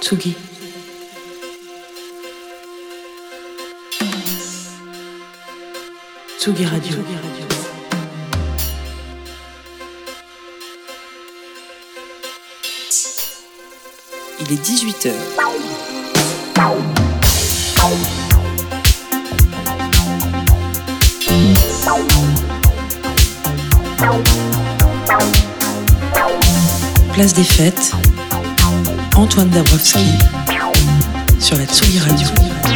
Tsugi. Tsugi Radio. Il est 18h. Place des Fêtes, Antoine Dabrowski sur la Tsugi Radio.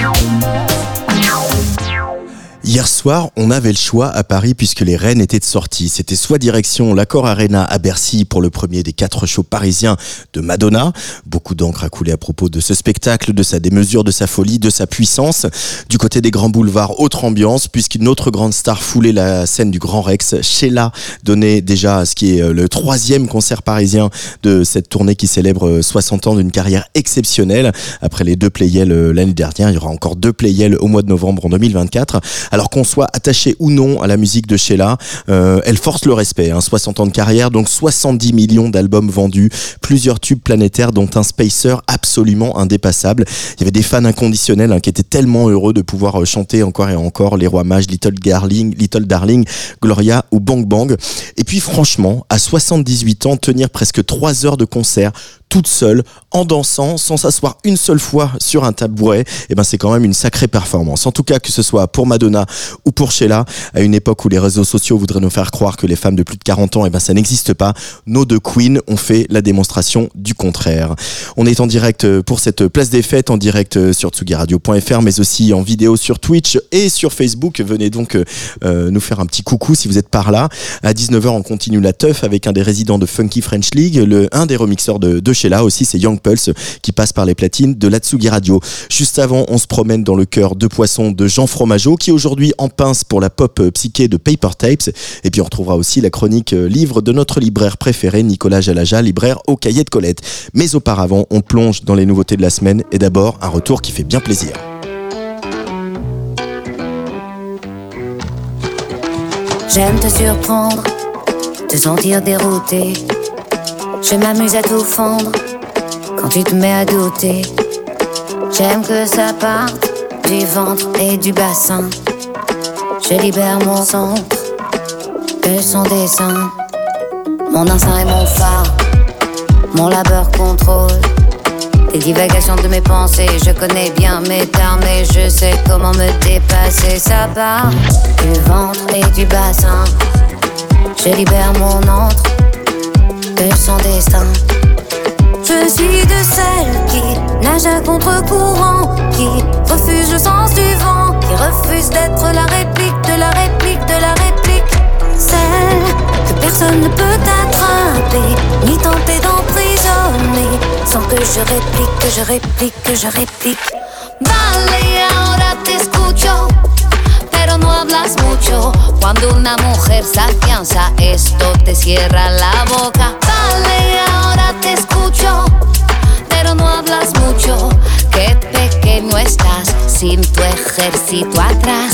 Hier soir, on avait le choix à Paris puisque les reines étaient de sortie. C'était soit direction l'Accor Arena à Bercy pour le premier des 4 shows parisiens de Madonna. Beaucoup d'encre a coulé à propos de ce spectacle, de sa démesure, de sa folie, de sa puissance. Du côté des grands boulevards, autre ambiance puisqu'une autre grande star foulait la scène du Grand Rex. Sheila donnait déjà ce qui est le 3e concert parisien de cette tournée qui célèbre 60 ans d'une carrière exceptionnelle. Après les 2 Playel l'année dernière, il y aura encore 2 Playel au mois de novembre en 2024. Alors qu'on soit attaché ou non à la musique de Sheila, elle force le respect, 60 ans de carrière, donc 70 millions d'albums vendus, plusieurs tubes planétaires dont un spacer absolument indépassable. Il y avait des fans inconditionnels qui étaient tellement heureux de pouvoir chanter encore et encore Les Rois Mages, Little Darling, Gloria ou Bang Bang. Et puis franchement, à 78 ans, tenir presque 3 heures de concert toute seule, en dansant, sans s'asseoir une seule fois sur un tabouret, c'est quand même une sacrée performance. En tout cas, que ce soit pour Madonna ou pour Sheila, à une époque où les réseaux sociaux voudraient nous faire croire que les femmes de plus de 40 ans, ça n'existe pas, nos 2 queens ont fait la démonstration du contraire. On est en direct pour cette place des fêtes, en direct sur tsugiradio.fr, mais aussi en vidéo sur Twitch et sur Facebook. Venez donc nous faire un petit coucou si vous êtes par là. À 19h, on continue la teuf avec un des résidents de Funky French League, un des remixeurs de Sheila aussi, c'est Young Pulse qui passe par les platines de la Tsugi Radio. Juste avant, on se promène dans le cœur de poisson de Jean Fromageau qui aujourd'hui en pince pour la pop psyché de Paper Tapes. Et puis on retrouvera aussi la chronique livre de notre libraire préféré, Nicolas Jalaja, libraire au Cahier de Colette. Mais auparavant, on plonge dans les nouveautés de la semaine et d'abord un retour qui fait bien plaisir. J'aime te surprendre, te sentir dérouté. Je m'amuse à tout fendre quand tu te mets à douter. J'aime que ça parte du ventre et du bassin. Je libère mon centre de son dessin. Mon instinct est mon phare, mon labeur contrôle les divagations de mes pensées. Je connais bien mes termes et je sais comment me dépasser. Ça part du ventre et du bassin. Je libère mon antre de son destin. Je suis de celles qui nagent à contre-courant, qui refusent le sens du vent, qui refusent d'être la réplique de la réplique de la réplique. Celle que personne ne peut attraper, ni tenter d'emprisonner, sans que je réplique, que je réplique, que je réplique. Vale, ahora te escucho, pero no hablas mucho. Cuando una mujer se afianza, esto te cierra la boca. Vale, ahora te escucho, pero no hablas mucho. Qué pequeño estás sin tu ejército atrás.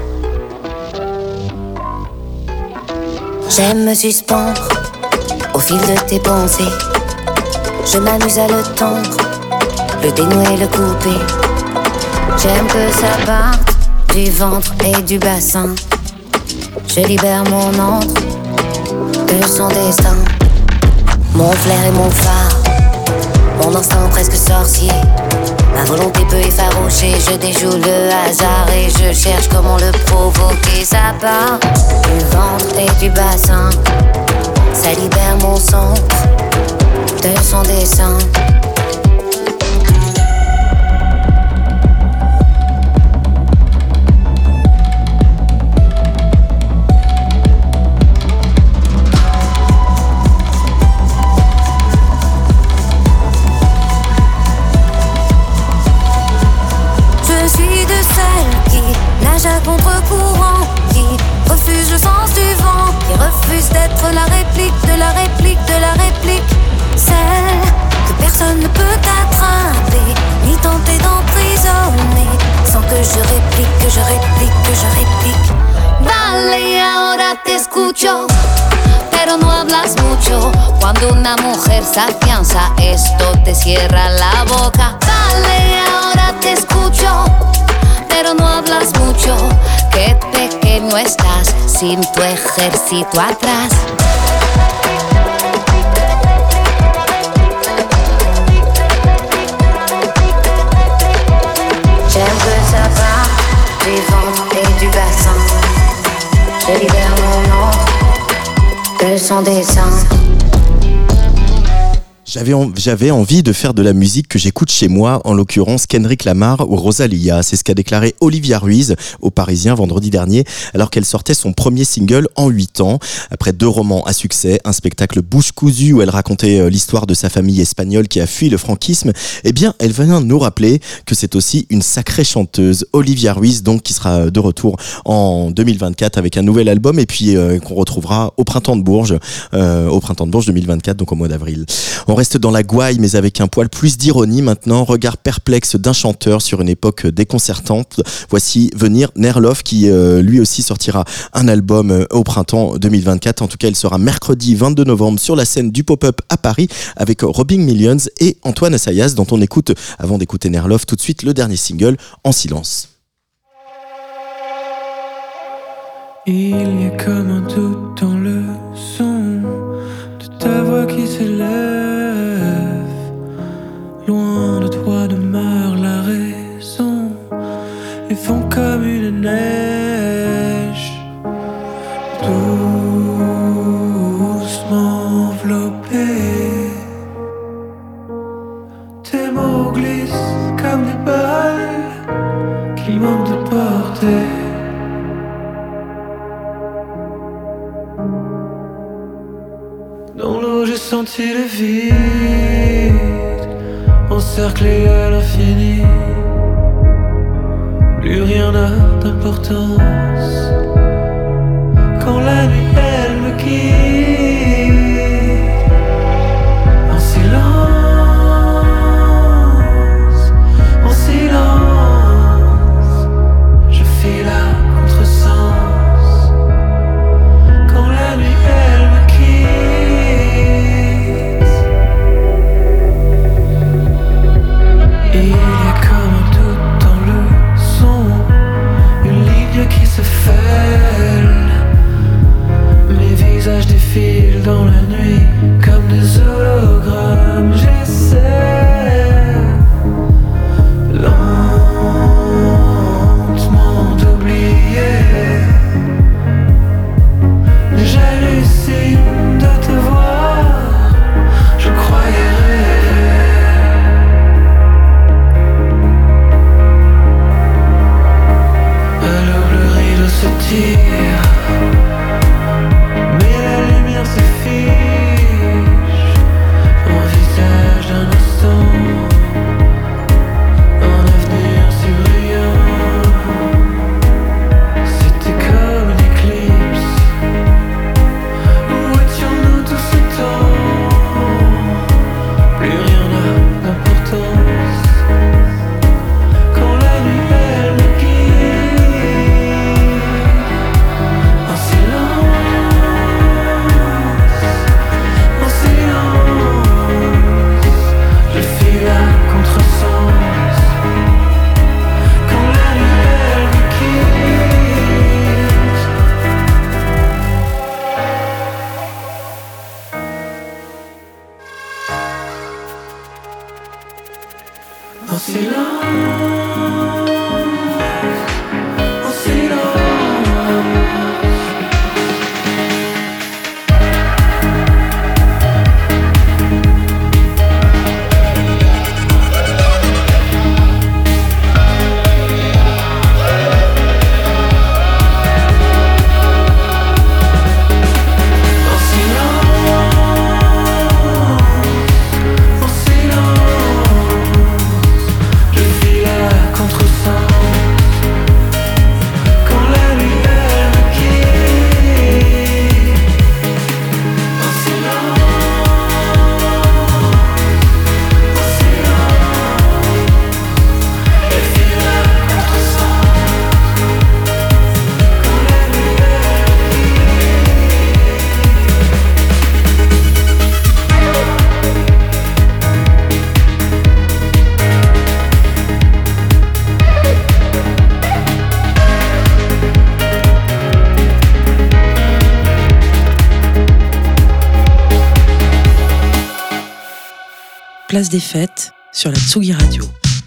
J'aime me suspendre au fil de tes pensées. Je m'amuse à le tendre, le dénouer, le couper. J'aime que ça parte du ventre et du bassin. Je libère mon antre de son destin. Mon flair et mon phare, mon instinct presque sorcier. Ma volonté peut effaroucher, je déjoue le hasard et je cherche comment le provoquer. Ça part du ventre et du bassin. Ça libère mon centre de son dessin. À contre-courant, qui refuse le sens du vent, qui refuse d'être la réplique de la réplique de la réplique. Celle que personne pero no hablas mucho. Cuando una mujer se afianza, esto te cierra la boca. Dale, ahora te escucho, pero no hablas mucho. Qué pequeño estás sin tu ejército atrás. J'aime que ça part du ventre et du bassin. Je libère mon nom de son dessin. J'avais envie de faire de la musique que j'écoute chez moi, en l'occurrence Kendrick Lamar ou Rosalia. C'est ce qu'a déclaré Olivia Ruiz aux Parisiens vendredi dernier, alors qu'elle sortait son premier single en 8 ans. Après 2 romans à succès, un spectacle bouche cousue où elle racontait l'histoire de sa famille espagnole qui a fui le franquisme, eh bien, elle vient nous rappeler que c'est aussi une sacrée chanteuse. Olivia Ruiz, donc, qui sera de retour en 2024 avec un nouvel album et puis qu'on retrouvera au Printemps de Bourges 2024, donc au mois d'avril. On reste dans la gouaille, mais avec un poil plus d'ironie maintenant. Regard perplexe d'un chanteur sur une époque déconcertante. Voici venir Nerlof qui lui aussi sortira un album au printemps 2024. En tout cas, il sera mercredi 22 novembre sur la scène du Pop-Up à Paris avec Robbing Millions et Antoine Assayas, dont on écoute, avant d'écouter Nerlof, tout de suite le dernier single, En silence. Il y a comme un doute dans le son de ta voix qui s'élève. Loin de toi demeure la raison. Ils font comme une neige, doucement enveloppée. Tes mots glissent comme des balles qui manquent de portée. Dans l'eau j'ai senti le vide, encerclé à l'infini. Plus rien n'a d'importance quand la nuit elle me quitte. En silence, en silence, je file à contresens quand la nuit elle me quitte. Il y a comme un doute dans le son, une ligne qui se fêle. Mes visages défilent dans la nuit comme des hologrammes. J'essaie lentement d'oublier, mais j'hallucine de te voir. Je croyais rêver. Alors le rideau se tire, mais la lumière se fiche. Un visage d'un instant, un avenir si brillant. C'était comme une éclipse. Où étions-nous tout ce temps? Plus rien n'a d'importance quand la nuit elle me quitte. En silence, je file à contresens quand la nuit elle me quitte. En silence, en silence. En silence, je file à contresens. place des fêtes sur la Tsugi Radio.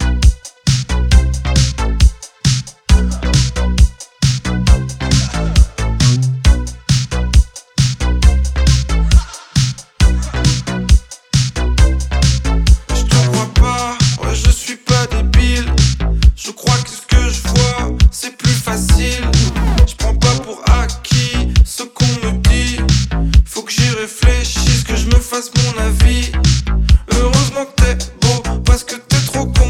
Heureusement que t'es beau parce que t'es trop con.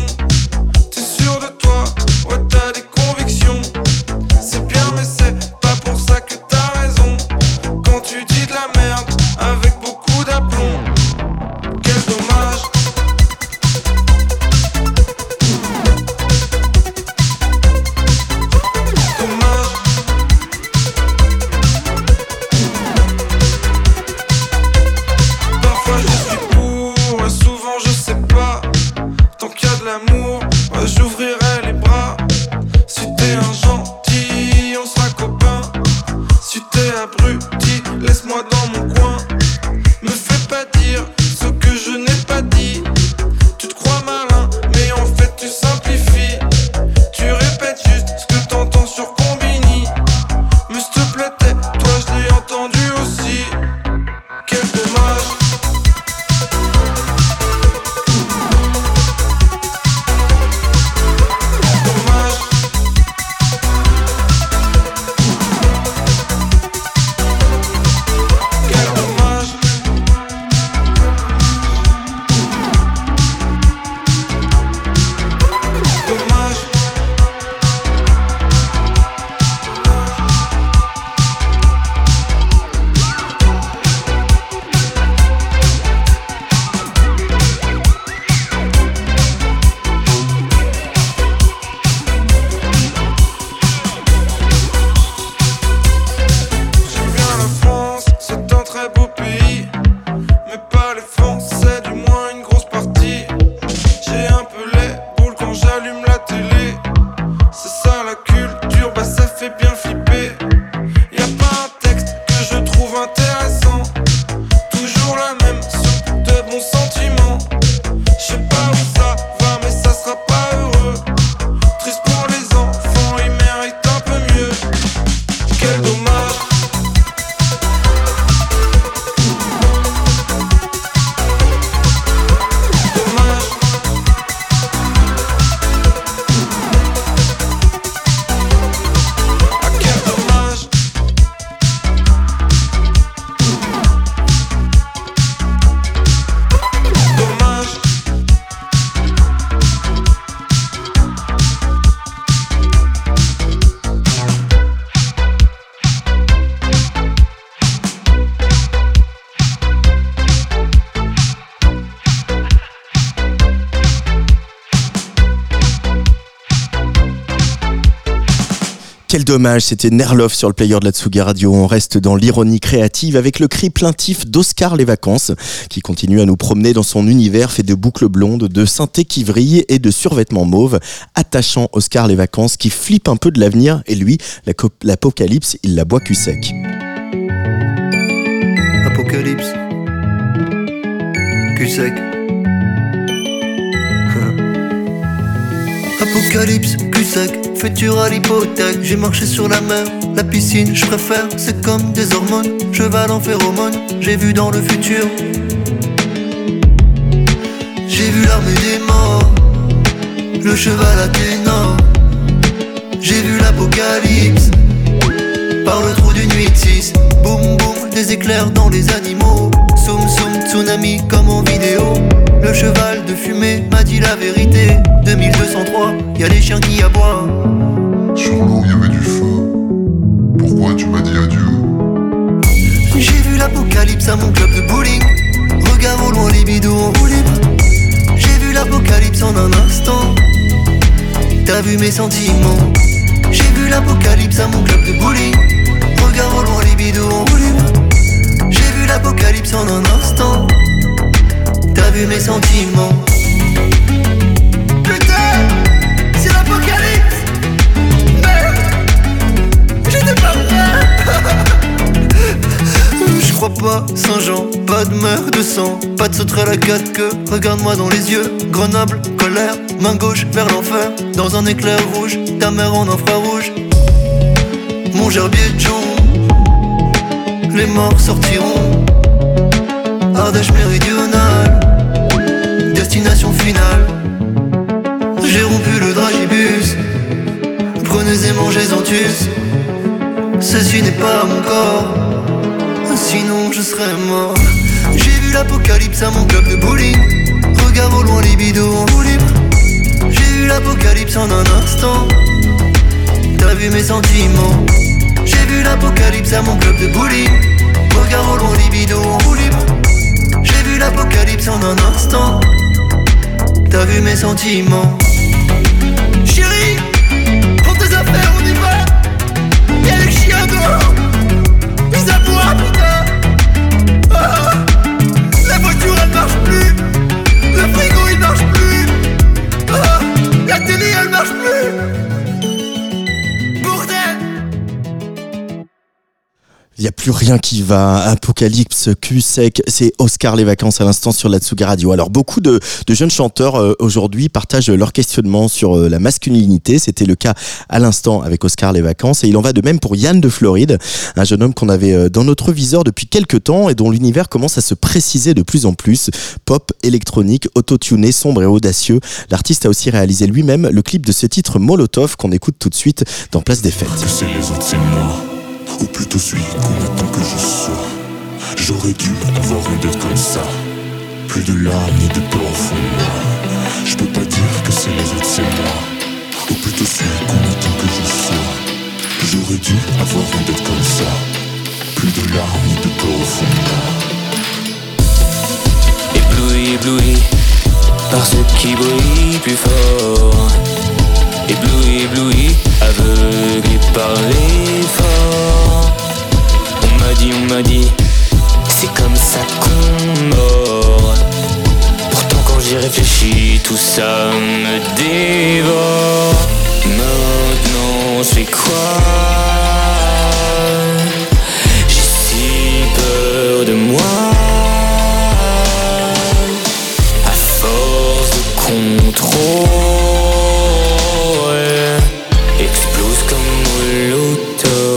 Quel dommage, c'était Nerloff sur le player de la Tsugi Radio. On reste dans l'ironie créative avec le cri plaintif d'Oscar Les Vacances, qui continue à nous promener dans son univers fait de boucles blondes, de synthé qui vrille et de survêtements mauves, attachant Oscar Les Vacances qui flippe un peu de l'avenir et lui, l'apocalypse, il la boit cul sec. Apocalypse, cul sec. Apocalypse, cul sec, futur à l'hypothèque. J'ai marché sur la mer, la piscine, je préfère. C'est comme des hormones, cheval en phéromone. J'ai vu dans le futur. J'ai vu l'armée des morts, le cheval athénor. J'ai vu l'apocalypse, par le trou d'une 8-6. Boum boum, des éclairs dans les animaux. Soum soum, tsunami comme en vidéo. Le cheval de fumée m'a dit la vérité. 2203, y'a les chiens qui aboient. Sur l'eau y'avait du feu. Pourquoi tu m'as dit adieu? J'ai vu l'apocalypse à mon club de bowling. Regard au loin, libido en roue libre. J'ai vu l'apocalypse en un instant. T'as vu mes sentiments. J'ai vu l'apocalypse à mon club de bowling. Regard au loin, libido en roue libre. J'ai vu l'apocalypse en un instant. T'as vu mes sentiments. Putain, c'est l'apocalypse. Merde, j'étais pas prêt. crois pas, Saint-Jean, pas de mer de sang, pas de sauterelle à quatre queues. Regarde-moi dans les yeux, Grenoble, colère, main gauche vers l'enfer. Dans un éclair rouge, ta mère en infrarouge. Mon gerbier de jonc, les morts sortiront. Ardèche méridionale, destination finale. J'ai rompu le dragibus, prenez et mangez en tus. Ceci n'est pas mon corps, sinon je serais mort. J'ai vu l'apocalypse à mon club de bowling. Regarde au loin, libido en roue libre. J'ai vu l'apocalypse en un instant. T'as vu mes sentiments. J'ai vu l'apocalypse à mon club de bowling. Regarde au loin, libido en roue libre. J'ai vu l'apocalypse en un instant. T'as vu mes sentiments. Chérie, prends tes affaires, on y va. Y'a les chiens dehors. Ils aboient, putain. Ah, la voiture elle marche plus. Le frigo il marche plus. Ah, la télé elle marche plus. Bordel. Il n'y a plus rien qui va. Apocalypse, cul sec, c'est Oscar les vacances à l'instant sur la Tsugi Radio. Alors beaucoup de jeunes chanteurs aujourd'hui partagent leur questionnement sur la masculinité. C'était le cas à l'instant avec Oscar les vacances et il en va de même pour Yann de Floride, un jeune homme qu'on avait dans notre viseur depuis quelques temps et dont l'univers commence à se préciser de plus en plus. Pop, électronique, autotuné, sombre et audacieux. L'artiste a aussi réalisé lui-même le clip de ce titre Molotov qu'on écoute tout de suite dans Place des Fêtes. Que c'est les autres, c'est moi. Ou plutôt celui qu'on attend que je sois. J'aurais dû avoir un d'être comme ça. Plus de larmes ni de peur au fond de moi. Je peux pas dire que c'est les autres, c'est moi. Ou plutôt celui qu'on attend que je sois. J'aurais dû avoir un d'être comme ça. Plus de larmes ni de peur au fond de moi. Ébloui, ébloui par ce qui brille plus fort. Ébloui, ébloui, aveuglé par l'effort. On m'a dit, c'est comme ça qu'on mord. Pourtant quand j'y réfléchis, tout ça me dévore. Maintenant je fais quoi? J'ai si peur de moi. À force de contrôle, explose comme Molotov.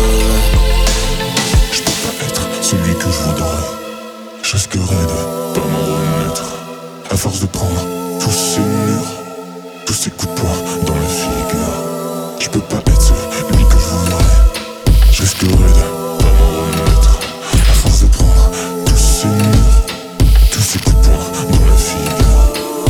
Je peux pas être celui que je voudrais. Je risquerais de pas m'en remettre. À force de prendre tous ces murs, tous ces coups de poing dans la figure. Je peux pas être celui que je voudrais. Je risquerais de pas m'en remettre. À force de prendre tous ces murs, tous ces coups de poing dans la figure.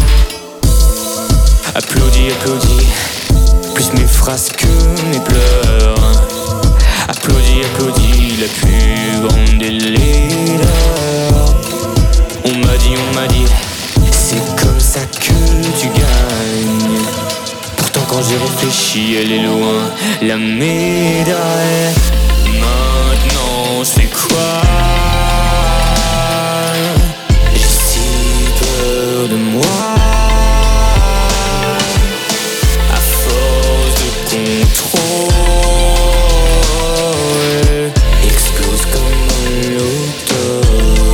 Applaudis, applaudis, plus mes phrases que mes pleurs. Applaudis, applaudis, la plus grande des leaders. On m'a dit, c'est comme ça que tu gagnes. Pourtant quand j'y réfléchis, elle est loin, la médaille. Maintenant je fais quoi? J'ai si peur de moi. À force de contrôle, explose comme Molotov.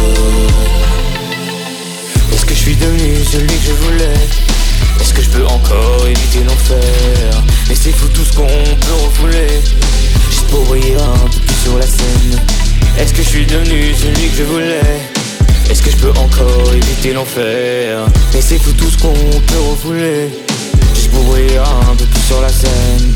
Est-ce que je suis devenu celui que je voulais? Est-ce que je peux encore éviter l'enfer? Mais c'est fou tout ce qu'on peut refouler, juste pour briller un peu plus sur la scène. Est-ce que je suis devenu celui que je voulais? Est-ce que je peux encore éviter l'enfer? Mais c'est fou tout ce qu'on peut refouler, juste pour briller un peu plus sur la scène.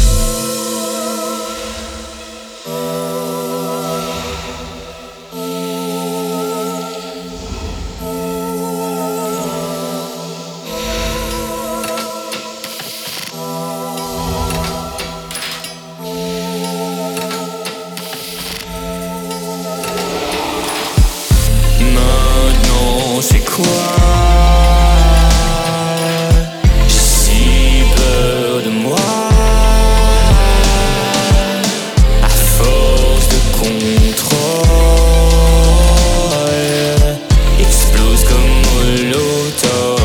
Maintenant c'est quoi? J'ai si peur de moi. À force de contrôle, explose comme Molotov.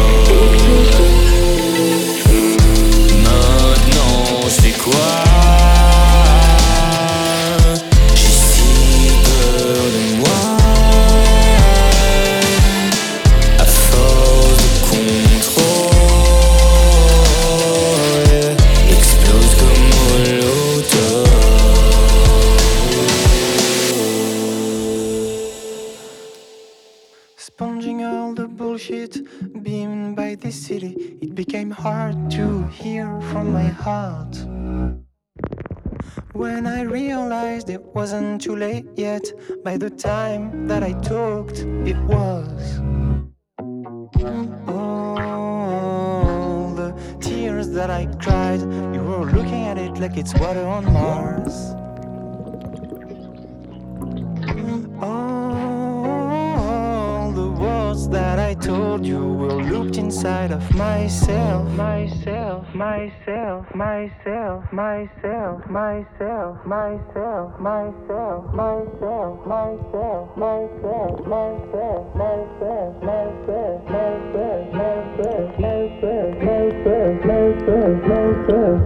Maintenant je fais quoi? J'ai si peur de moi. Sponging all the bullshit beamed by the city, it became hard to hear from my heart. When I realized it wasn't too late yet, by the time that I talked, it was. All the tears that I cried, you were looking at it like it's water on Mars. All the words that I told you were looped inside of myself. Myself, myself, myself, myself, myself, myself, myself, myself, myself, myself, myself, myself, myself, myself, myself, myself, myself,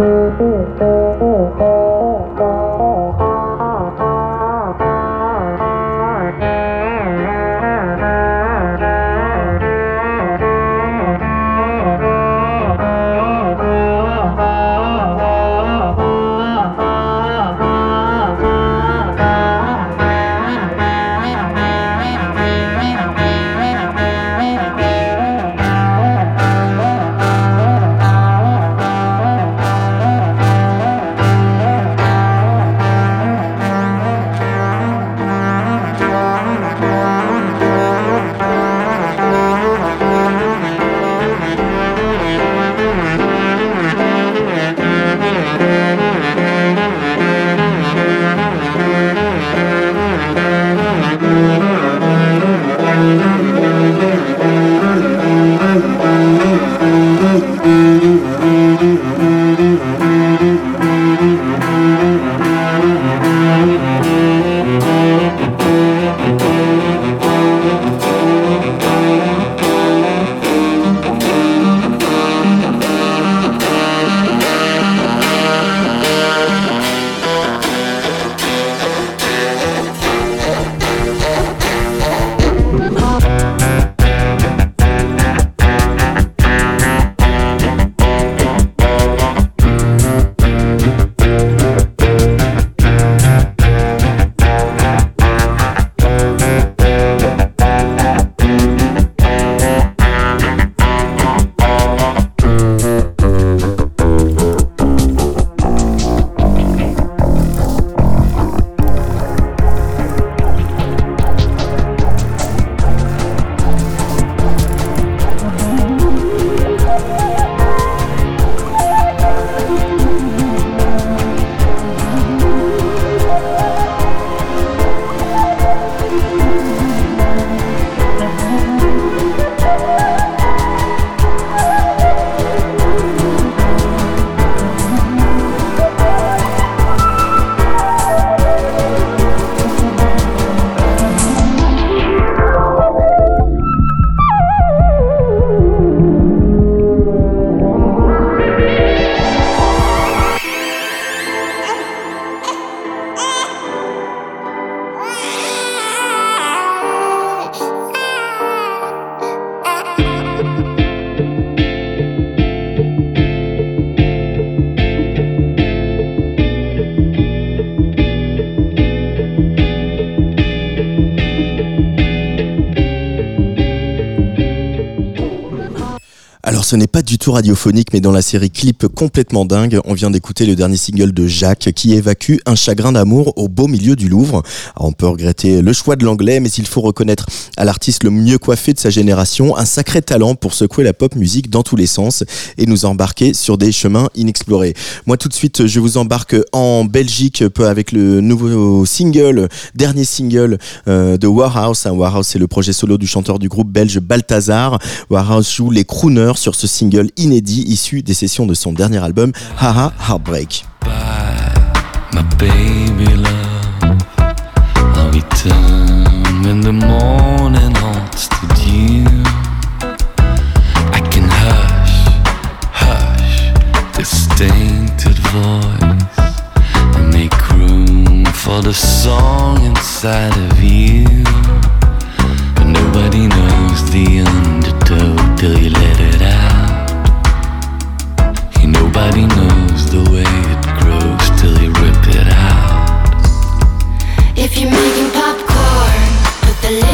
Alors ce n'est pas du tout radiophonique, mais dans la série Clip complètement dingue, on vient d'écouter le dernier single de Jacques qui évacue un chagrin d'amour au beau milieu du Louvre. Alors, on peut regretter le choix de l'anglais, mais il faut reconnaître à l'artiste le mieux coiffé de sa génération un sacré talent pour secouer la pop musique dans tous les sens et nous embarquer sur des chemins inexplorés. Moi tout de suite je vous embarque en Belgique avec le nouveau single, dernier single de Warhouse. Warhouse, c'est le projet solo du chanteur du groupe belge Balthazar. Warhouse joue les crooners sur ce single inédit issu des sessions de son dernier album Haha Heartbreak. Bye, my baby love, I'll return when the morning haunts the dew. I can hush this tainted voice and make room for the song inside of you. But nobody knows the undertow till you let it out. Nobody knows the way it grows till you rip it out. If you're making popcorn, put the lid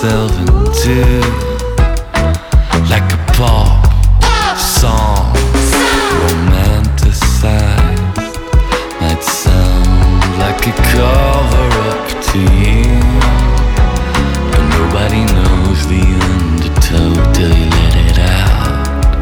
myself into, like a pop song, romanticized, might sound like a cover-up to you, but nobody knows the undertow till you let it out.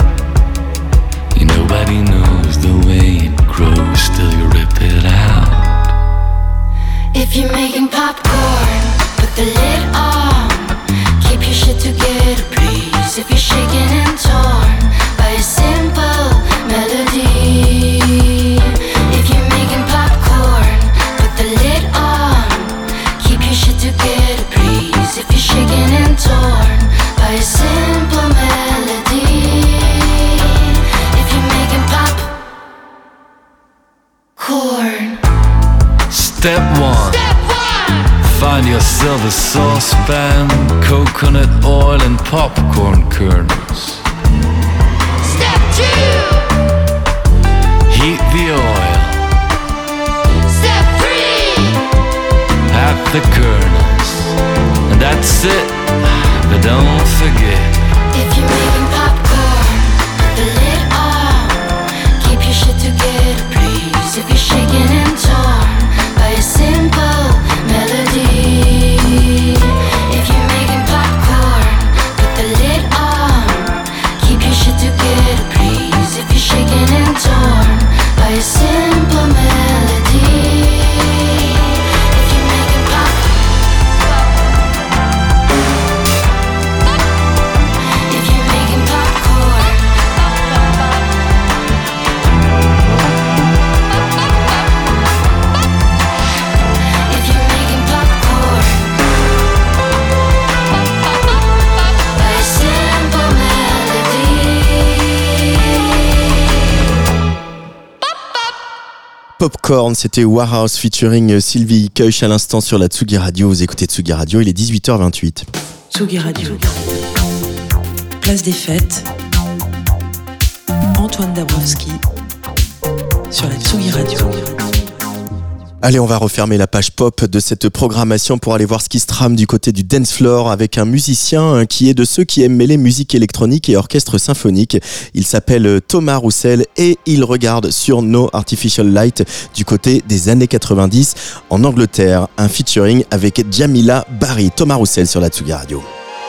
Nobody knows the way it grows till you rip it out. If you're making popcorn, put the lid on. Keep your shit together, please. If you're shaking and torn by a simple melody. If you're making popcorn, put the lid on. Keep your shit together, please. If you're shaking and torn by a simple melody. If you're making popcorn. Step one. Find yourself a saucepan, coconut oil and popcorn kernels. Step 2. Heat the oil. Step 3. Add the kernels. And that's it, but don't forget. If you're making popcorn, put the lid on. Keep your shit together, please. If you're shaking and torn by a simple melody. If you're making popcorn, put the lid on. Keep your shit together, please. If you're shaking and torn by a simple melody. If you're making If you're making popcorn. If you're making popcorn by a simple melody. Popcorn, c'était Warhouse featuring Sylvie Keuch à l'instant sur la Tsugi Radio. Vous écoutez Tsugi Radio, il est 18h28. Tsugi Radio. Place des Fêtes. Antoine Dabrowski sur la Tsugi Radio. Allez, on va refermer la page pop de cette programmation pour aller voir ce qui se trame du côté du dance floor avec un musicien qui est de ceux qui aiment mêler musique électronique et orchestre symphonique. Il s'appelle Thomas Roussel et il regarde sur No Artificial Light du côté des années 90 en Angleterre. Un featuring avec Jamila Barry. Thomas Roussel sur la Tsugi Radio.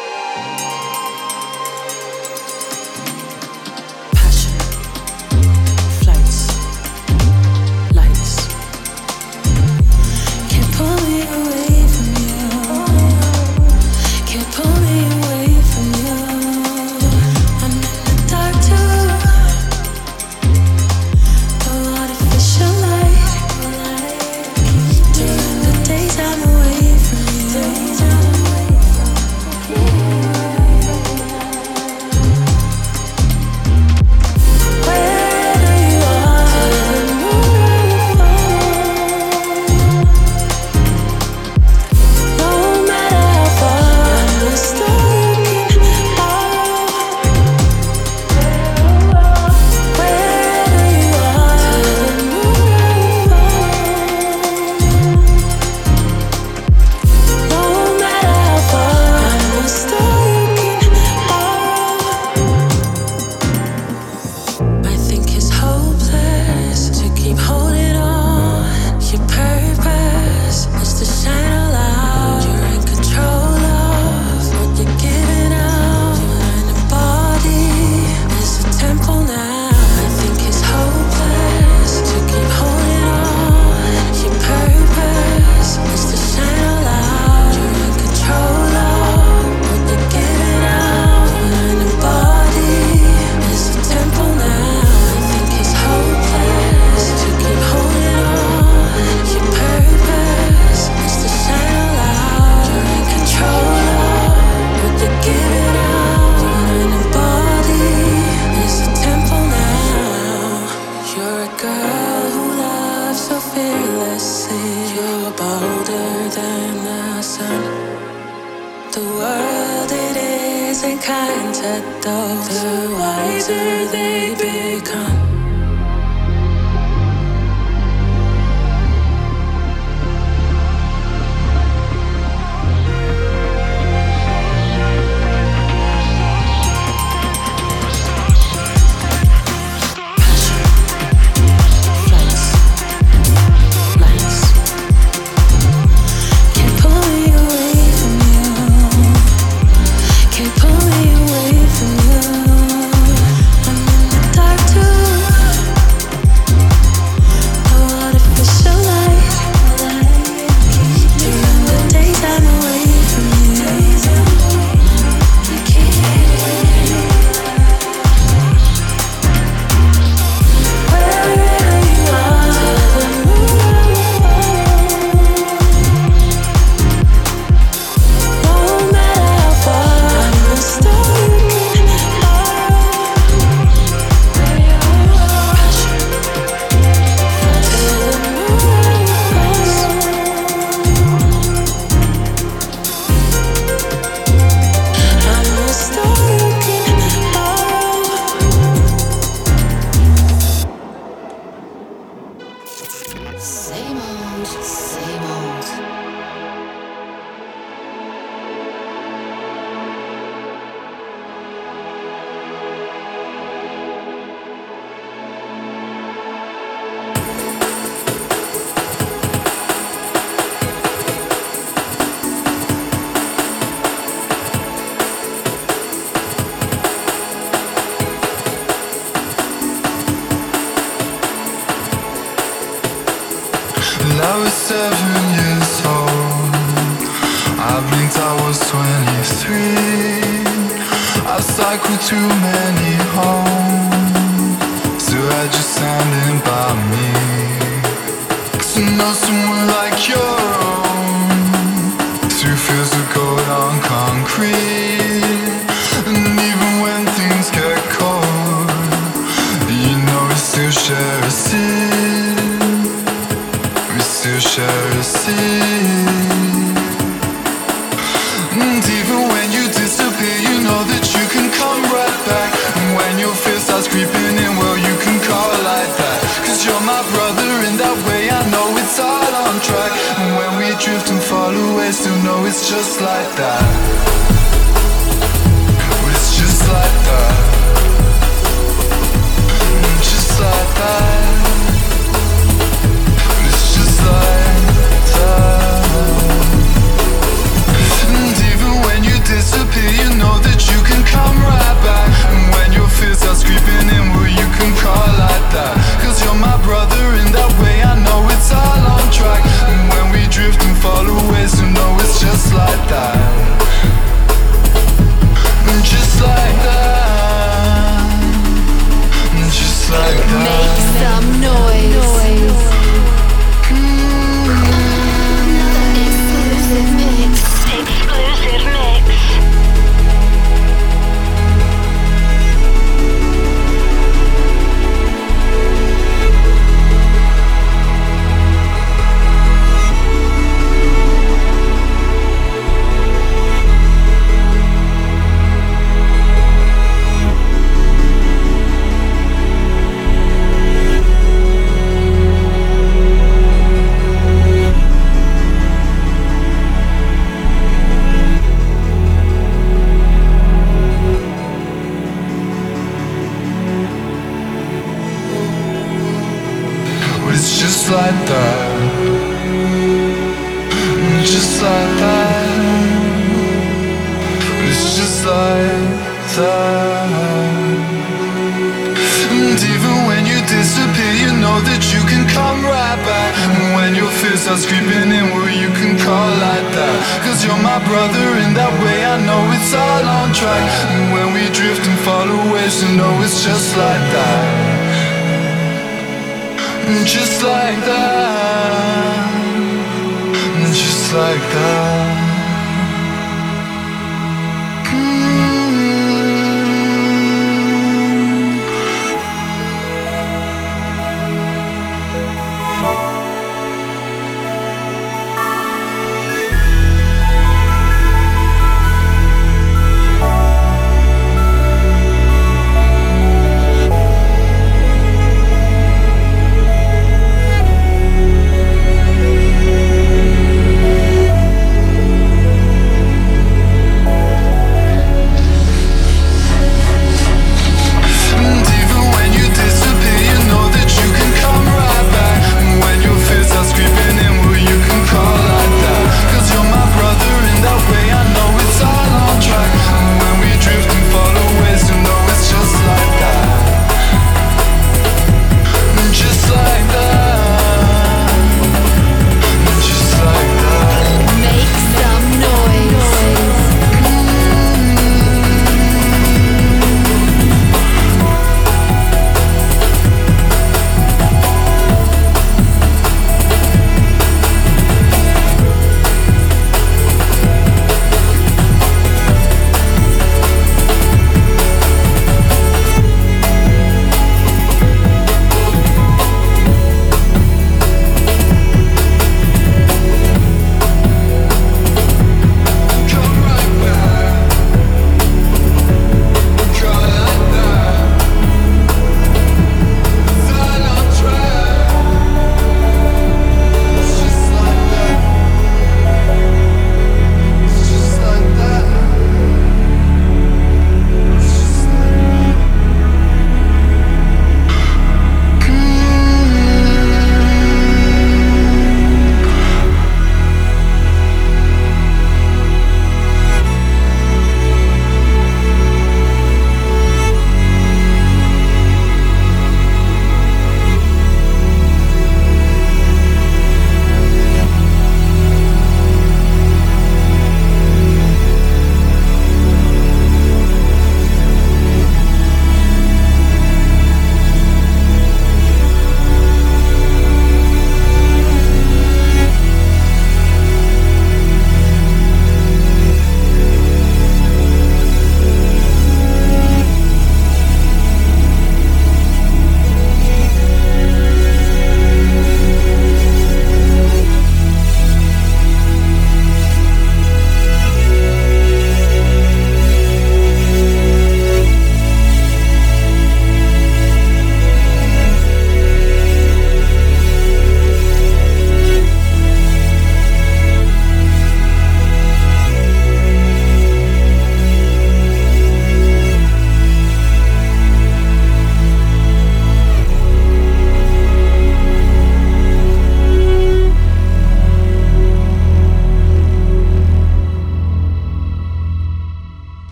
the wiser they become. I was 7 years old. I blinked, I was 23. I cycled too many homes. Still had you standing by me. 'Cause to know someone like your own through fields of gold on concrete. And even when things get cold, you know we still share a seat. Still share a seat. And even when you disappear, you know that you can come right back. And when your fear starts creeping in, well, you can call like that. 'Cause you're my brother in that way, I know it's all on track. And when we drift and fall away, still know it's just like that. Well, it's just like that. Just like that. And even when you disappear, you know that you can come right back. And when your fears are creeping in, well, you can call like that. 'Cause you're my brother in that way, I know it's all on track. And when we drift and fall away, so know it's just like that. Just like that. Just like that. Make some noise. Exclusive mix. Just like that. Just like that. It's just like that. And even when you disappear, you know that you can come right back. And when your fears are creeping in, well, you can call like that. 'Cause you're my brother in that way, I know it's all on track. And when we drift and fall away, so know it's just like that. Just like that. Just like that.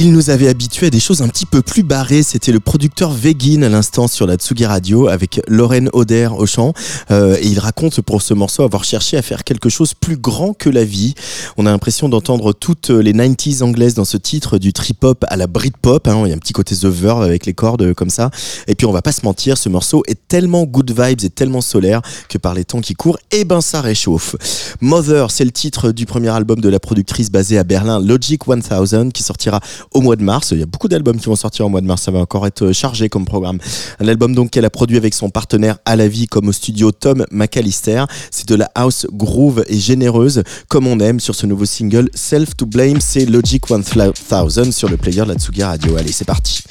Il nous avait habitués à des choses un petit peu plus barrées. C'était le producteur Veggin à l'instant sur la Tsugi Radio avec Lauren Oder au chant. Et il raconte pour ce morceau avoir cherché à faire quelque chose plus grand que la vie. On a l'impression d'entendre toutes les 90s anglaises dans ce titre, du trip-hop à la Britpop. Il y a un petit côté The Verve avec les cordes comme ça. Et puis on va pas se mentir, ce morceau est tellement good vibes et tellement solaire que par les temps qui courent, ça réchauffe. Mother, c'est le titre du premier album de la productrice basée à Berlin, Logic 1000, qui sortira au mois de mars. Il y a beaucoup d'albums qui vont sortir au mois de mars, ça va encore être chargé comme programme. Un album donc qu'elle a produit avec son partenaire à la vie comme au studio Tom McAllister. C'est de la house groove et généreuse comme on aime sur ce nouveau single Self to Blame. C'est Logic 1000 sur le player de la Tsugi Radio. Allez, c'est parti.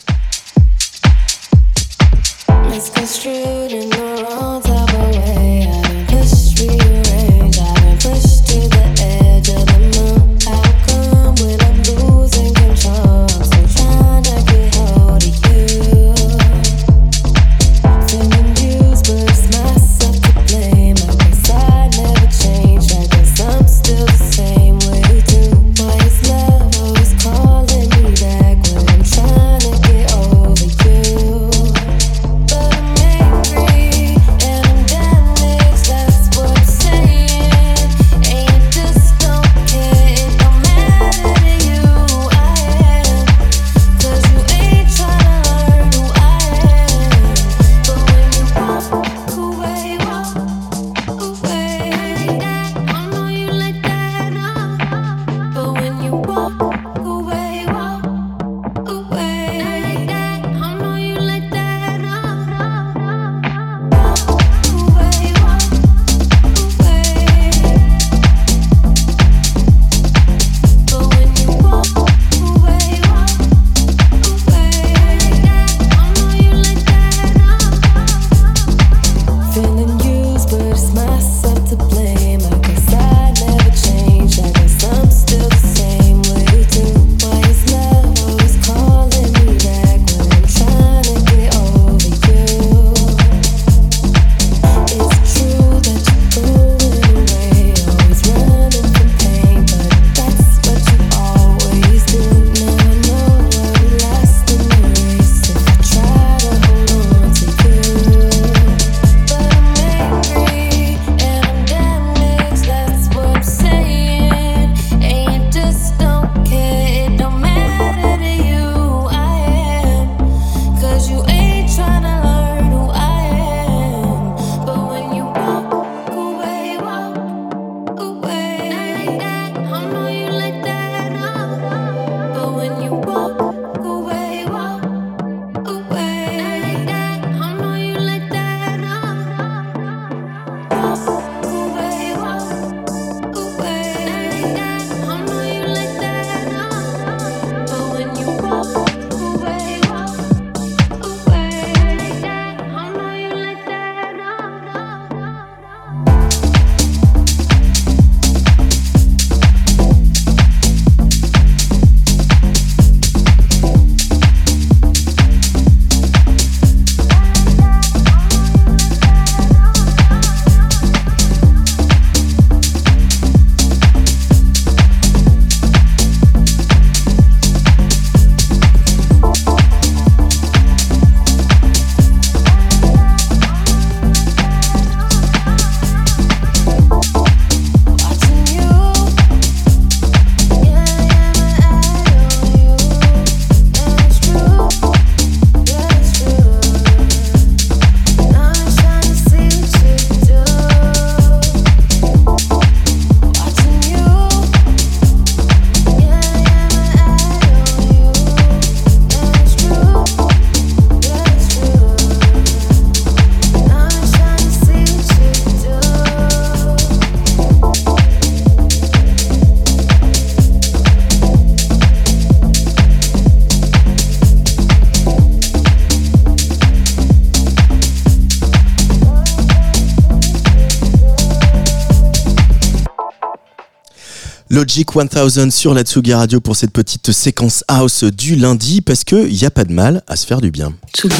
Logic 1000 sur la Tsugi Radio pour cette petite séquence house du lundi, parce qu'il n'y a pas de mal à se faire du bien. Tsugi.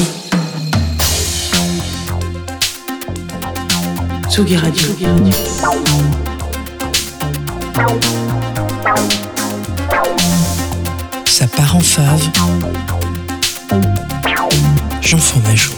Tsugi Radio. Ça part en fave. Jean Fromageau.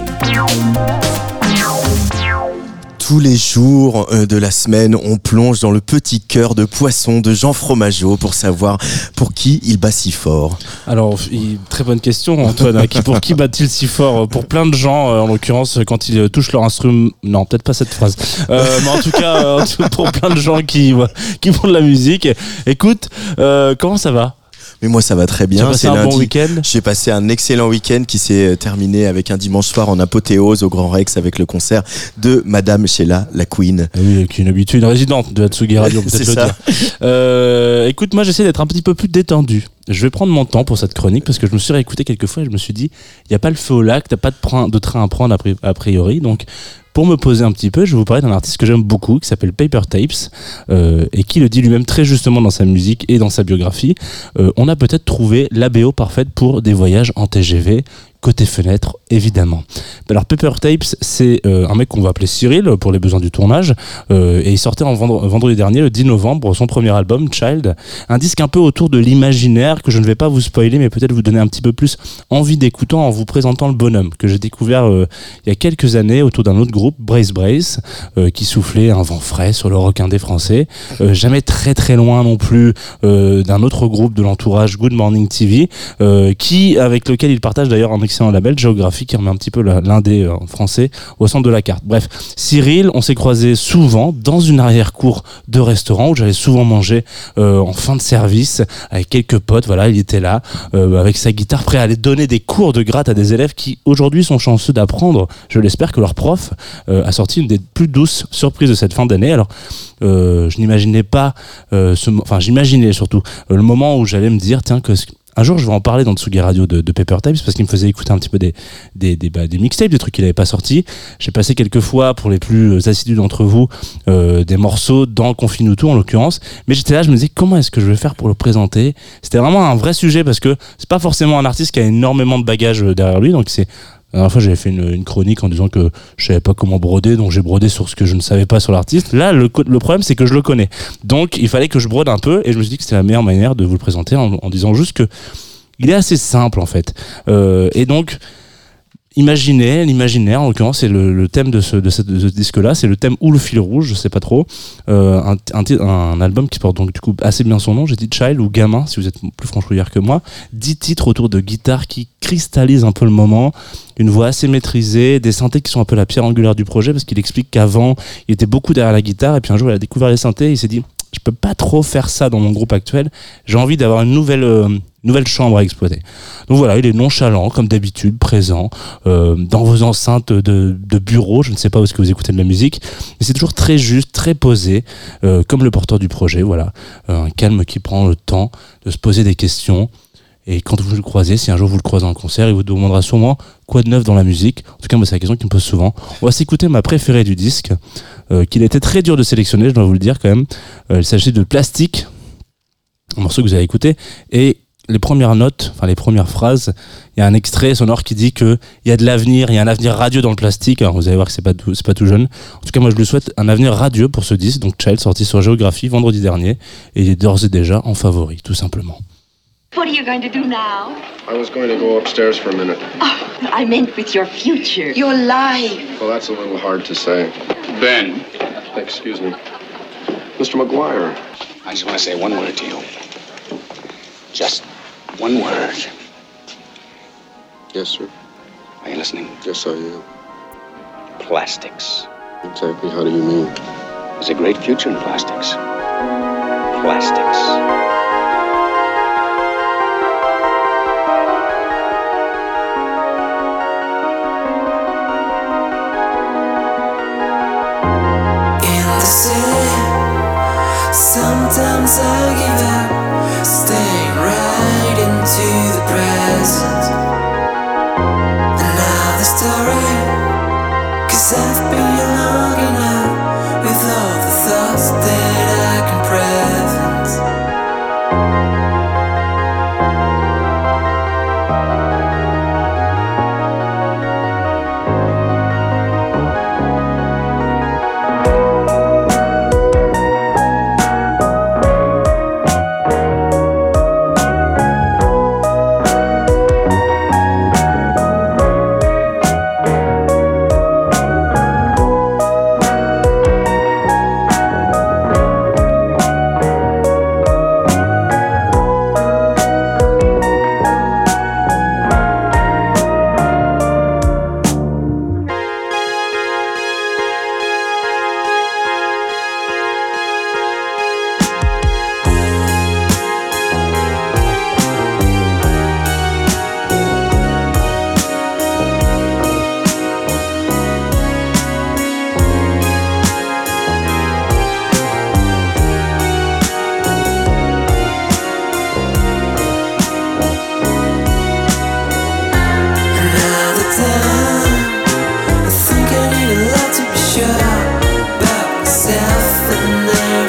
Tous les jours de la semaine, on plonge dans le petit cœur de poisson de Jean Fromageau pour savoir pour qui il bat si fort. Alors, très bonne question, Antoine. Pour qui bat-il si fort? Pour plein de gens, en l'occurrence, quand ils touchent leur instrument. Non, peut-être pas cette phrase. Mais en tout cas, pour plein de gens qui font de la musique. Écoute, comment ça va? Mais moi ça va très bien, c'est lundi. Bon week-end. J'ai passé un excellent week-end qui s'est terminé avec un dimanche soir en apothéose au Grand Rex avec le concert de Madame Sheila, la Queen. Oui, qui est une habitude résidente de Hatsugi Radio, peut-être le dire. Écoute, moi j'essaie d'être un petit peu plus détendu. Je vais prendre mon temps pour cette chronique parce que je me suis réécouté quelques fois et je me suis dit, il n'y a pas le feu au lac, t'as pas de train à prendre a priori, donc pour me poser un petit peu, je vais vous parler d'un artiste que j'aime beaucoup, qui s'appelle Paper Tapes, et qui le dit lui-même très justement dans sa musique et dans sa biographie. On a peut-être trouvé la BO parfaite pour des voyages en TGV, côté fenêtre, évidemment. Alors Paper Tapes, c'est un mec qu'on va appeler Cyril pour les besoins du tournage, et il sortait vendredi dernier, le 10 novembre, son premier album, Child, un disque un peu autour de l'imaginaire que je ne vais pas vous spoiler, mais peut-être vous donner un petit peu plus envie d'écouter en vous présentant le bonhomme que j'ai découvert il y a quelques années autour d'un autre groupe, Brace Brace, qui soufflait un vent frais sur le rock indé français, jamais très très loin non plus d'un autre groupe de l'entourage, Good Morning TV, avec lequel il partage d'ailleurs un excellent label, Géographie, qui remet un petit peu l'indé français au centre de la carte. Bref, Cyril, on s'est croisés souvent dans une arrière-cour de restaurant où j'allais souvent manger en fin de service avec quelques potes. Voilà, il était là avec sa guitare, prêt à aller donner des cours de gratte à des élèves qui aujourd'hui sont chanceux d'apprendre, je l'espère, que leur prof a sorti une des plus douces surprises de cette fin d'année. Alors je n'imaginais pas j'imaginais surtout le moment où j'allais me dire tiens, que un jour je vais en parler dans Tsugi Radio de Paper Tapes, parce qu'il me faisait écouter un petit peu des mixtapes, des trucs qu'il n'avait pas sortis. J'ai passé quelques fois, pour les plus assidus d'entre vous, des morceaux dans Confinuto en l'occurrence, mais j'étais là, je me disais comment est-ce que je vais faire pour le présenter. C'était vraiment un vrai sujet, parce que c'est pas forcément un artiste qui a énormément de bagages derrière lui, donc c'est... La dernière fois, j'avais fait une chronique en disant que je savais pas comment broder, donc j'ai brodé sur ce que je ne savais pas sur l'artiste. Là, le problème, c'est que je le connais. Donc, il fallait que je brode un peu, et je me suis dit que c'était la meilleure manière de vous le présenter en disant juste que il est assez simple, en fait. Et donc, l'imaginaire, en l'occurrence, c'est le thème de ce disque-là, c'est le thème ou le fil rouge, je sais pas trop. Un album qui porte donc du coup assez bien son nom, j'ai dit Child ou Gamin, si vous êtes plus franchouillard que moi. 10 titres autour de guitare qui cristallisent un peu le moment, une voix assez maîtrisée, des synthés qui sont un peu la pierre angulaire du projet, parce qu'il explique qu'avant, il était beaucoup derrière la guitare, et puis un jour, il a découvert les synthés, et il s'est dit, je peux pas trop faire ça dans mon groupe actuel, j'ai envie d'avoir une nouvelle chambre à exploiter. Donc voilà, il est nonchalant, comme d'habitude, présent, dans vos enceintes de bureau, je ne sais pas où est-ce que vous écoutez de la musique, mais c'est toujours très juste, très posé, comme le porteur du projet, voilà. Un calme qui prend le temps de se poser des questions, et quand vous le croisez, si un jour vous le croisez en concert, il vous demandera sûrement quoi de neuf dans la musique. En tout cas, moi, c'est la question qu'il me pose souvent. On va s'écouter ma préférée du disque, qu'il était très dur de sélectionner, je dois vous le dire quand même. Il s'agit de Plastique, un morceau que vous avez écouté, et les premières notes, enfin les premières phrases, il y a un extrait sonore qui dit que il y a de l'avenir, il y a un avenir radieux dans le plastique. Alors vous allez voir que c'est pas tout jeune. En tout cas, moi je lui souhaite un avenir radieux pour ce disque, donc Child, sorti sur Géographie vendredi dernier, et il est d'ores et déjà en favori, tout simplement. What are you going to do now? I was going to go upstairs for a minute. Oh, I meant with your future. Your life. Well, that's a little hard to say. Ben. Excuse me. Mr. McGuire. I just want to say one word to you. Just one word. Yes, sir. Are you listening? Yes, I am. Plastics. Exactly how do you mean? There's a great future in plastics. Plastics. Sometimes I give up, staying right into the present. And now the story, 'cause I've been here long enough, with all the thoughts that I can prevent.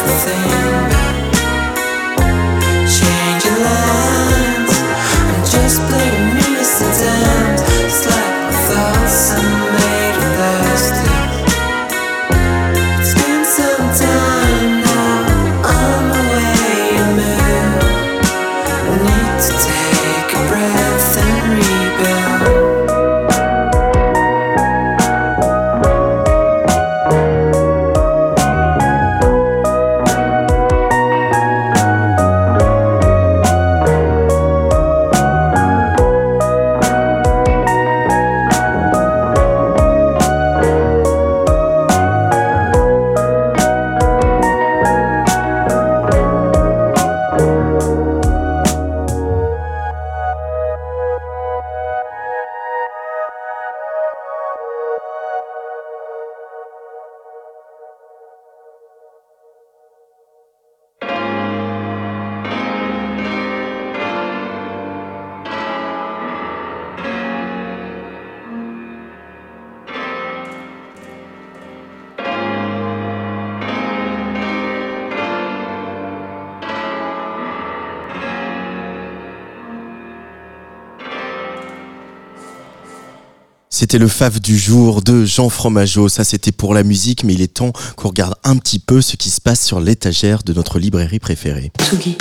C'était le fave du jour de Jean Fromageau. Ça, c'était pour la musique, mais il est temps qu'on regarde un petit peu ce qui se passe sur l'étagère de notre librairie préférée. Tsugi.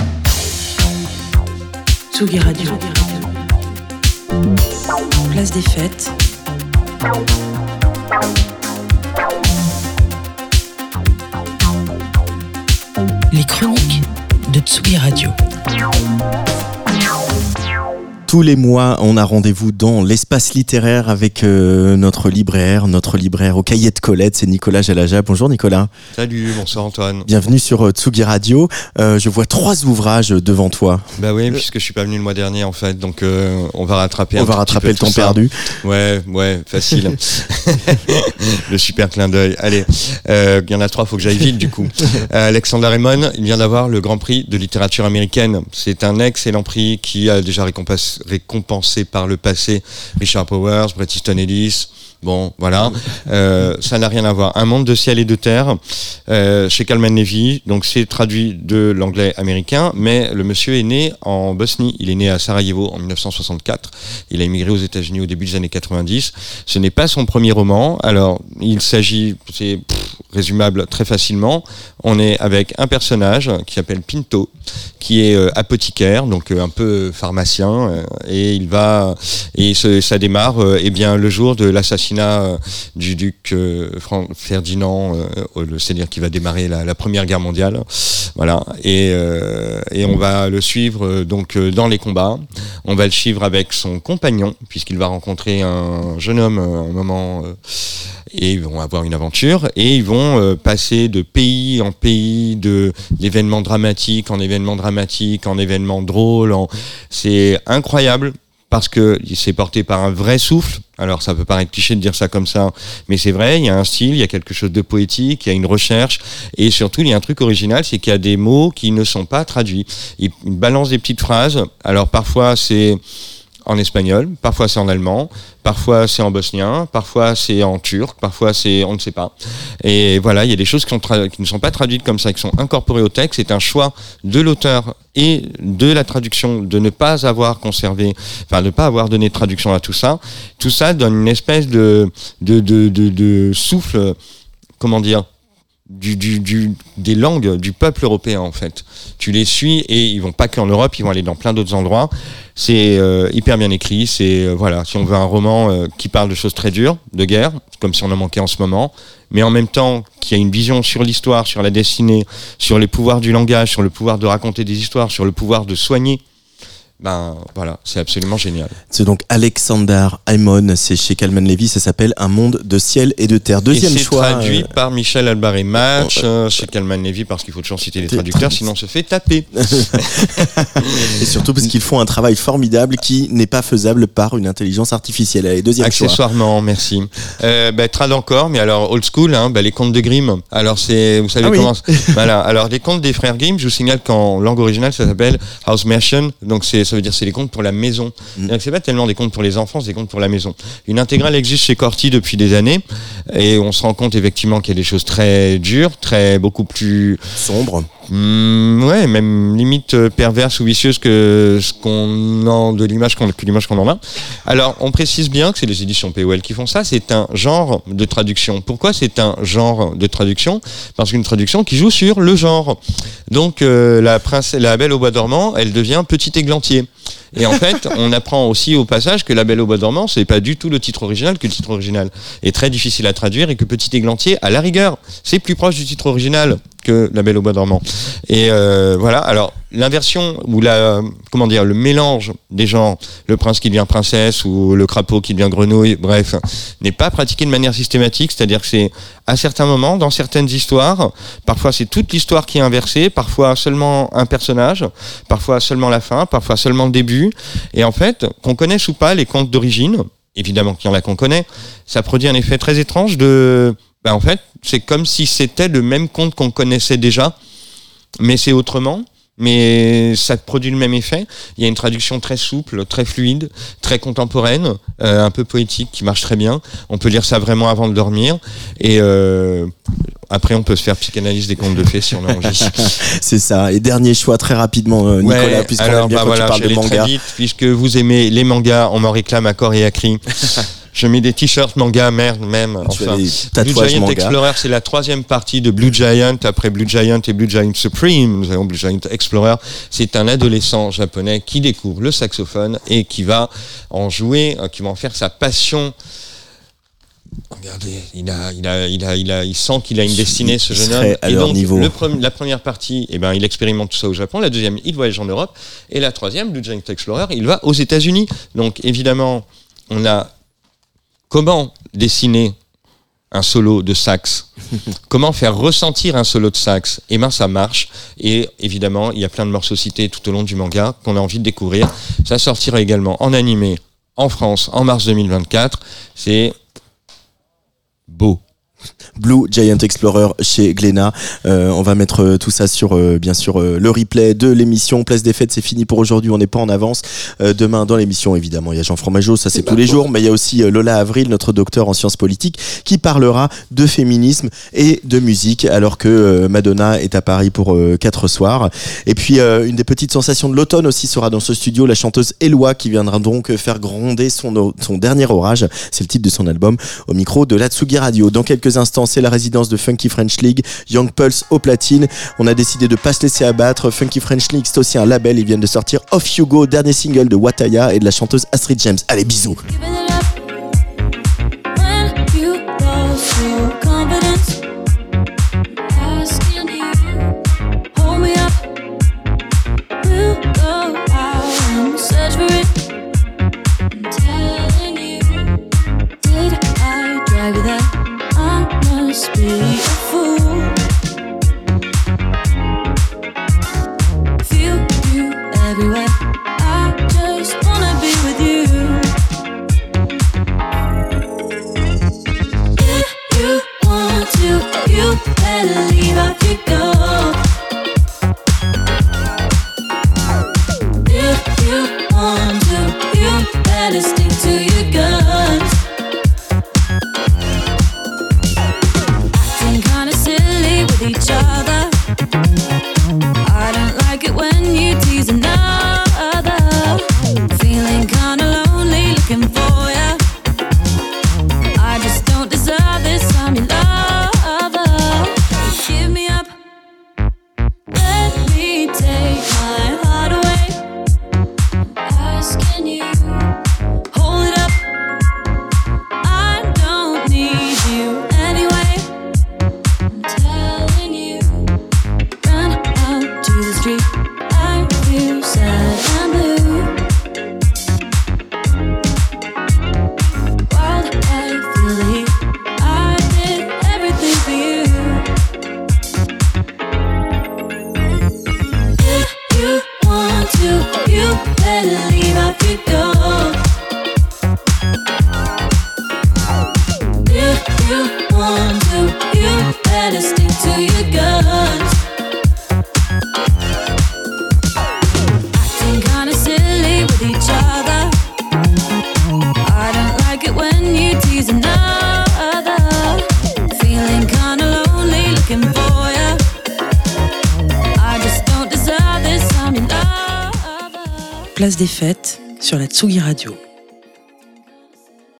Tsugi Radio. Place des Fêtes. Les chroniques de Tsugi Radio. Tous les mois, on a rendez-vous dans l'espace littéraire avec notre libraire aux cahiers de Colette, c'est Nicolas Jalaja. Bonjour Nicolas. Salut, bonsoir Antoine. Bienvenue sur Tsugi Radio. Je vois 3 ouvrages devant toi. Bah oui, puisque je suis pas venu le mois dernier en fait, donc on va rattraper le temps perdu. Ouais, facile. Le super clin d'œil. Allez, il y en a 3, faut que j'aille vite du coup. Alexander Raymond, il vient d'avoir le Grand Prix de littérature américaine. C'est un excellent prix qui a déjà récompensé par le passé Richard Powers, Bret Easton Ellis. Bon, voilà, ça n'a rien à voir. Un monde de ciel et de terre, chez Kalman Levy. Donc c'est traduit de l'anglais américain, mais le monsieur est né en Bosnie. Il est né à Sarajevo en 1964. Il a immigré aux États-Unis au début des années 90. Ce n'est pas son premier roman. Alors, il s'agit, c'est résumable très facilement. On est avec un personnage qui s'appelle Pinto, qui est apothicaire, donc un peu pharmacien, et ça démarre le jour de l'assassinat du duc Ferdinand, c'est-à-dire qui va démarrer la Première Guerre mondiale, voilà, et on va le suivre donc dans les combats. On va le suivre avec son compagnon, puisqu'il va rencontrer un jeune homme à un moment, et ils vont avoir une aventure, et ils vont passer de pays en pays, d'événements dramatiques en événements dramatiques, en événements drôles. C'est incroyable, parce que c'est porté par un vrai souffle. Alors ça peut paraître cliché de dire ça comme ça, mais c'est vrai, il y a un style, il y a quelque chose de poétique, il y a une recherche, et surtout il y a un truc original, c'est qu'il y a des mots qui ne sont pas traduits. Il balance des petites phrases, alors parfois c'est en espagnol, parfois c'est en allemand, parfois c'est en bosnien, parfois c'est en turc, parfois c'est on ne sait pas. Et voilà, il y a des choses qui ne sont pas traduites comme ça, qui sont incorporées au texte. C'est un choix de l'auteur et de la traduction de ne pas avoir conservé, enfin de ne pas avoir donné de traduction à tout ça. Tout ça donne une espèce de souffle, comment dire, des langues du peuple européen en fait. Tu les suis et ils vont pas qu'en Europe, ils vont aller dans plein d'autres endroits. C'est hyper bien écrit. C'est voilà, si on veut un roman qui parle de choses très dures, de guerre, comme si on en manquait en ce moment, mais en même temps qui a une vision sur l'histoire, sur la destinée, sur les pouvoirs du langage, sur le pouvoir de raconter des histoires, sur le pouvoir de soigner. Ben voilà, c'est absolument génial. C'est donc Alexander Haymon, c'est chez Kalman Levy, ça s'appelle Un monde de ciel et de terre. Deuxième choix. C'est traduit par Michel Albaré-Match chez Kalman Levy, parce qu'il faut toujours citer les traducteurs, sinon on se fait taper. Et surtout parce qu'ils font un travail formidable qui n'est pas faisable par une intelligence artificielle. Allez, deuxième choix. Accessoirement, merci. Trad encore, mais alors old school, les contes de Grimm. Alors c'est, vous savez comment. Voilà. Alors les contes des frères Grimm, je vous signale qu'en langue originale ça s'appelle Hausmärchen, donc ça ça veut dire c'est les contes pour la maison. C'est pas tellement des contes pour les enfants, c'est des contes pour la maison. Une intégrale existe chez Corti depuis des années et on se rend compte effectivement qu'il y a des choses très dures, beaucoup plus sombres. Ouais, même limite perverses ou vicieuses que ce qu'on en de l'image qu'on en a. Alors, on précise bien que c'est les éditions POL qui font ça. C'est un genre de traduction. Pourquoi c'est un genre de traduction ? Parce qu'une traduction qui joue sur le genre. Donc, la Belle au bois dormant, elle devient Petit Églantier. Et en fait, on apprend aussi au passage que La Belle au bois dormant, c'est pas du tout le titre original, que le titre original est très difficile à traduire et que Petit Églantier, à la rigueur, c'est plus proche du titre original que La Belle au bois dormant. Et voilà. Alors l'inversion ou le mélange des genres, le prince qui devient princesse ou le crapaud qui devient grenouille, bref, n'est pas pratiqué de manière systématique. C'est-à-dire que c'est à certains moments, dans certaines histoires, parfois c'est toute l'histoire qui est inversée, parfois seulement un personnage, parfois seulement la fin, parfois seulement le début. Et en fait, qu'on connaisse ou pas les contes d'origine, évidemment qu'il y en a qu'on connaît, ça produit un effet très étrange en fait, c'est comme si c'était le même conte qu'on connaissait déjà, mais c'est autrement, mais ça produit le même effet. Il y a une traduction très souple, très fluide, très contemporaine, un peu poétique, qui marche très bien. On peut lire ça vraiment avant de dormir, et après on peut se faire psychanalyse des contes de fées si on a envie. C'est ça. Et dernier choix très rapidement, Nicolas, puisqu'on aime bien quand tu parles de manga. Très vite, puisque vous aimez les mangas, on m'en réclame à corps et à cri. Je mets des t-shirts manga, merde même. Enfin, Blue Giant manga. Explorer, c'est la 3e partie de Blue Giant. Après Blue Giant et Blue Giant Supreme, nous avons Blue Giant Explorer. C'est un adolescent japonais qui découvre le saxophone et qui va en jouer, qui va en faire sa passion. Regardez, il sent qu'il a une destinée, ce jeune homme. Et donc, la première partie, il expérimente tout ça au Japon. La deuxième, il voyage en Europe. Et la troisième, Blue Giant Explorer, il va aux États-Unis. Donc, évidemment, on a comment dessiner un solo de sax ? Comment faire ressentir un solo de sax ? Ça marche. Et évidemment, il y a plein de morceaux cités tout au long du manga qu'on a envie de découvrir. Ça sortira également en animé en France en mars 2024. C'est beau. Blue Giant Explorer chez Glénat. On va mettre tout ça sur bien sûr le replay de l'émission Place des Fêtes. C'est fini pour aujourd'hui, on n'est pas en avance. Demain dans l'émission, évidemment, il y a Jean Fromageau, ça c'est tous les jours, mais il y a aussi Lola Avril, notre docteur en sciences politiques, qui parlera de féminisme et de musique, alors que Madonna est à Paris pour 4 soirs. Et puis une des petites sensations de l'automne aussi sera dans ce studio, la chanteuse Eloi, qui viendra donc faire gronder son dernier orage. C'est le titre de son album, au micro de la Tsugi Radio. Dans quelques instants, c'est la résidence de Funky French League, Young Pulse au platine. On a décidé de pas se laisser abattre. Funky French League, c'est aussi un label. Ils viennent de sortir Off You Go, dernier single de Wataya et de la chanteuse Astrid James. Allez, bisous. Be a fool. Feel you everywhere. I just wanna be with you. If you want to, you better leave off your go. If you want to, you better stick to your guns. Each other. I don't like it when you tease another. Feeling kinda lonely, looking for ya. I just don't deserve this. I'm your lover. Give me up. Let me take my heart away. Asking you, hold it up. I don't need you anyway. Place des Fêtes sur la Tsugi Radio.